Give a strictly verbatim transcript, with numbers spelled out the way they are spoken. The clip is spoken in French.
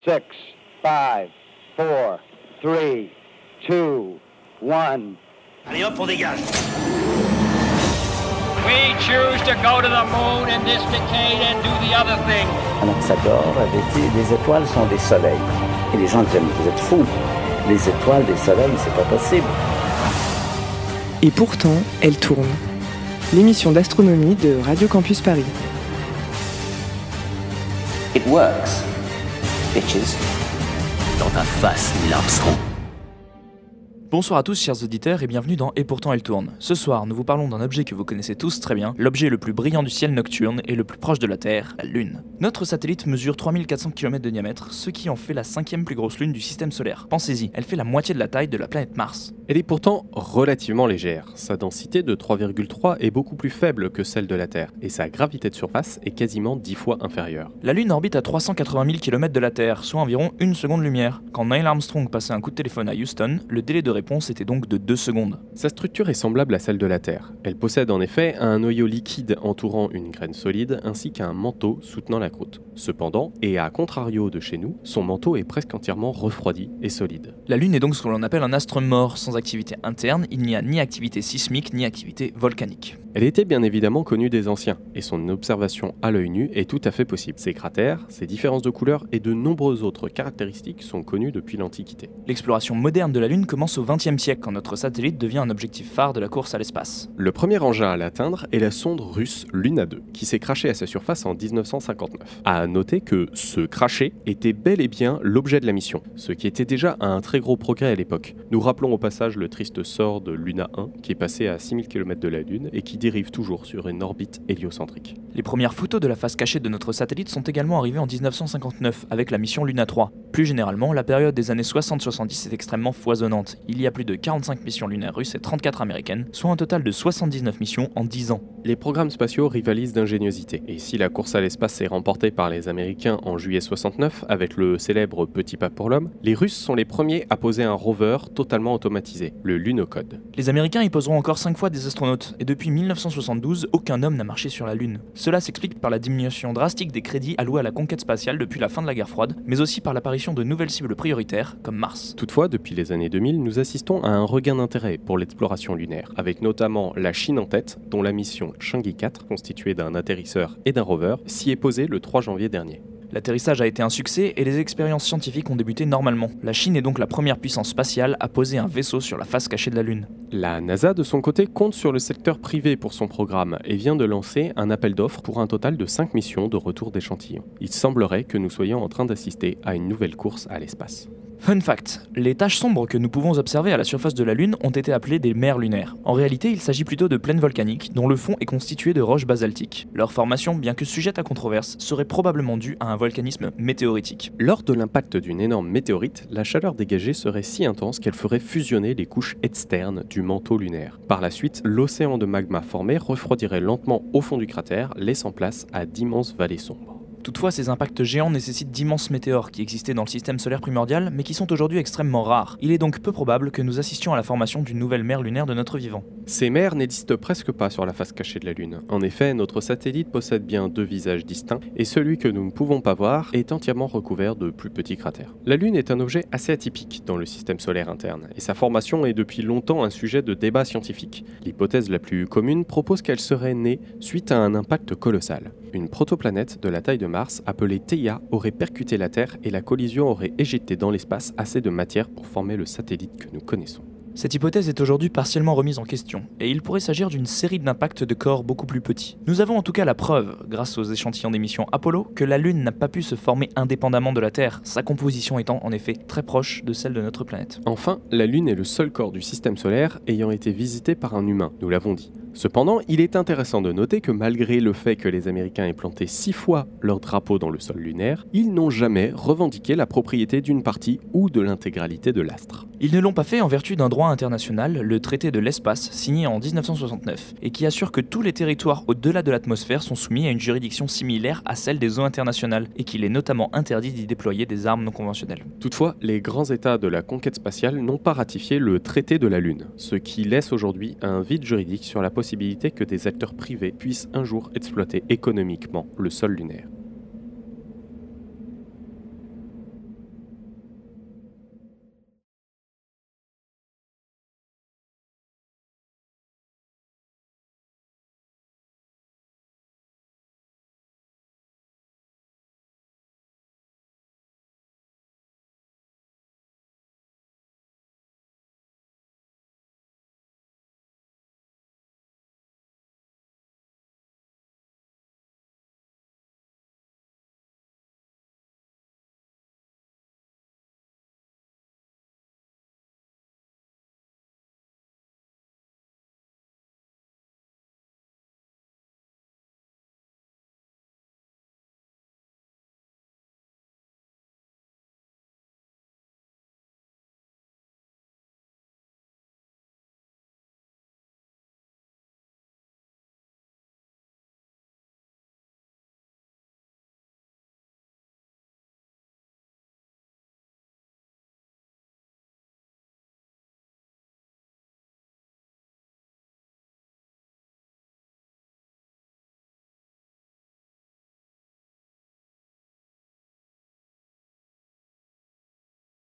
six, five, four, three, two, one. Allez hop, on dégage. We choose to go to the moon in this decade and do the other thing. Anaxagore avait dit les étoiles sont des soleils. Et les gens disaient mais vous êtes fous. Les étoiles des soleils, c'est pas possible. Et pourtant, elle tourne. L'émission d'astronomie de Radio Campus Paris. It works, bitches. Dans ta face, Neil Armstrong. Bonsoir à tous chers auditeurs et bienvenue dans Et pourtant elle tourne. Ce soir, nous vous parlons d'un objet que vous connaissez tous très bien, l'objet le plus brillant du ciel nocturne et le plus proche de la Terre, la Lune. Notre satellite mesure trois mille quatre cents kilomètres de diamètre, ce qui en fait la cinquième plus grosse lune du système solaire. Pensez-y, elle fait la moitié de la taille de la planète Mars. Elle est pourtant relativement légère. Sa densité de trois virgule trois est beaucoup plus faible que celle de la Terre, et sa gravité de surface est quasiment dix fois inférieure. La Lune orbite à trois cent quatre-vingt mille kilomètres de la Terre, soit environ une seconde lumière. Quand Neil Armstrong passait un coup de téléphone à Houston, le délai de réponse était donc de deux secondes. Sa structure est semblable à celle de la Terre. Elle possède en effet un noyau liquide entourant une graine solide ainsi qu'un manteau soutenant la croûte. Cependant, et à contrario de chez nous, son manteau est presque entièrement refroidi et solide. La Lune est donc ce que l'on appelle un astre mort. Sans activité interne, il n'y a ni activité sismique ni activité volcanique. Elle était bien évidemment connue des anciens, et son observation à l'œil nu est tout à fait possible. Ses cratères, ses différences de couleurs et de nombreuses autres caractéristiques sont connues depuis l'Antiquité. L'exploration moderne de la Lune commence au vingtième siècle, quand notre satellite devient un objectif phare de la course à l'espace. Le premier engin à l'atteindre est la sonde russe Luna deux, qui s'est crashée à sa surface en dix-neuf cent cinquante-neuf. À noter que ce crasher était bel et bien l'objet de la mission, ce qui était déjà un très gros progrès à l'époque. Nous rappelons au passage le triste sort de Luna un, qui est passé à six mille kilomètres de la Lune et qui dérive toujours sur une orbite héliocentrique. Les premières photos de la face cachée de notre satellite sont également arrivées en dix-neuf cent cinquante-neuf avec la mission Luna trois. Plus généralement, la période des années soixante soixante-dix est extrêmement foisonnante. Il y a plus de quarante-cinq missions lunaires russes et trente-quatre américaines, soit un total de soixante-dix-neuf missions en dix ans. Les programmes spatiaux rivalisent d'ingéniosité, et si la course à l'espace est remportée par les Américains en juillet soixante-neuf avec le célèbre Petit pas pour l'homme, les Russes sont les premiers à poser un rover totalement automatisé, le Lunokhod. Les Américains y poseront encore cinq fois des astronautes, et depuis mille neuf cent soixante-douze, aucun homme n'a marché sur la Lune. Cela s'explique par la diminution drastique des crédits alloués à la conquête spatiale depuis la fin de la guerre froide, mais aussi par l'apparition de nouvelles cibles prioritaires, comme Mars. Toutefois, depuis les années deux mille, nous assistons à un regain d'intérêt pour l'exploration lunaire, avec notamment la Chine en tête, dont la mission Chang'e quatre, constituée d'un atterrisseur et d'un rover, s'y est posée le trois janvier dernier. L'atterrissage a été un succès et les expériences scientifiques ont débuté normalement. La Chine est donc la première puissance spatiale à poser un vaisseau sur la face cachée de la Lune. La NASA, de son côté, compte sur le secteur privé pour son programme et vient de lancer un appel d'offres pour un total de cinq missions de retour d'échantillons. Il semblerait que nous soyons en train d'assister à une nouvelle course à l'espace. Fun fact, les taches sombres que nous pouvons observer à la surface de la Lune ont été appelées des mers lunaires. En réalité, il s'agit plutôt de plaines volcaniques dont le fond est constitué de roches basaltiques. Leur formation, bien que sujette à controverse, serait probablement due à un volcanisme météoritique. Lors de l'impact d'une énorme météorite, la chaleur dégagée serait si intense qu'elle ferait fusionner les couches externes du manteau lunaire. Par la suite, l'océan de magma formé refroidirait lentement au fond du cratère, laissant place à d'immenses vallées sombres. Toutefois, ces impacts géants nécessitent d'immenses météores qui existaient dans le système solaire primordial, mais qui sont aujourd'hui extrêmement rares. Il est donc peu probable que nous assistions à la formation d'une nouvelle mer lunaire de notre vivant. Ces mers n'existent presque pas sur la face cachée de la Lune. En effet, notre satellite possède bien deux visages distincts, et celui que nous ne pouvons pas voir est entièrement recouvert de plus petits cratères. La Lune est un objet assez atypique dans le système solaire interne, et sa formation est depuis longtemps un sujet de débat scientifique. L'hypothèse la plus commune propose qu'elle serait née suite à un impact colossal. Une protoplanète de la taille de Mars, appelée Theia, aurait percuté la Terre et la collision aurait éjecté dans l'espace assez de matière pour former le satellite que nous connaissons. Cette hypothèse est aujourd'hui partiellement remise en question, et il pourrait s'agir d'une série d'impacts de corps beaucoup plus petits. Nous avons en tout cas la preuve, grâce aux échantillons des missions Apollo, que la Lune n'a pas pu se former indépendamment de la Terre, sa composition étant en effet très proche de celle de notre planète. Enfin, la Lune est le seul corps du système solaire ayant été visité par un humain, nous l'avons dit. Cependant, il est intéressant de noter que malgré le fait que les Américains aient planté six fois leur drapeau dans le sol lunaire, ils n'ont jamais revendiqué la propriété d'une partie ou de l'intégralité de l'astre. Ils ne l'ont pas fait en vertu d'un droit international, le traité de l'espace, signé en dix-neuf cent soixante-neuf, et qui assure que tous les territoires au-delà de l'atmosphère sont soumis à une juridiction similaire à celle des eaux internationales, et qu'il est notamment interdit d'y déployer des armes non conventionnelles. Toutefois, les grands États de la conquête spatiale n'ont pas ratifié le traité de la Lune, ce qui laisse aujourd'hui un vide juridique sur la possibilité que des acteurs privés puissent un jour exploiter économiquement le sol lunaire.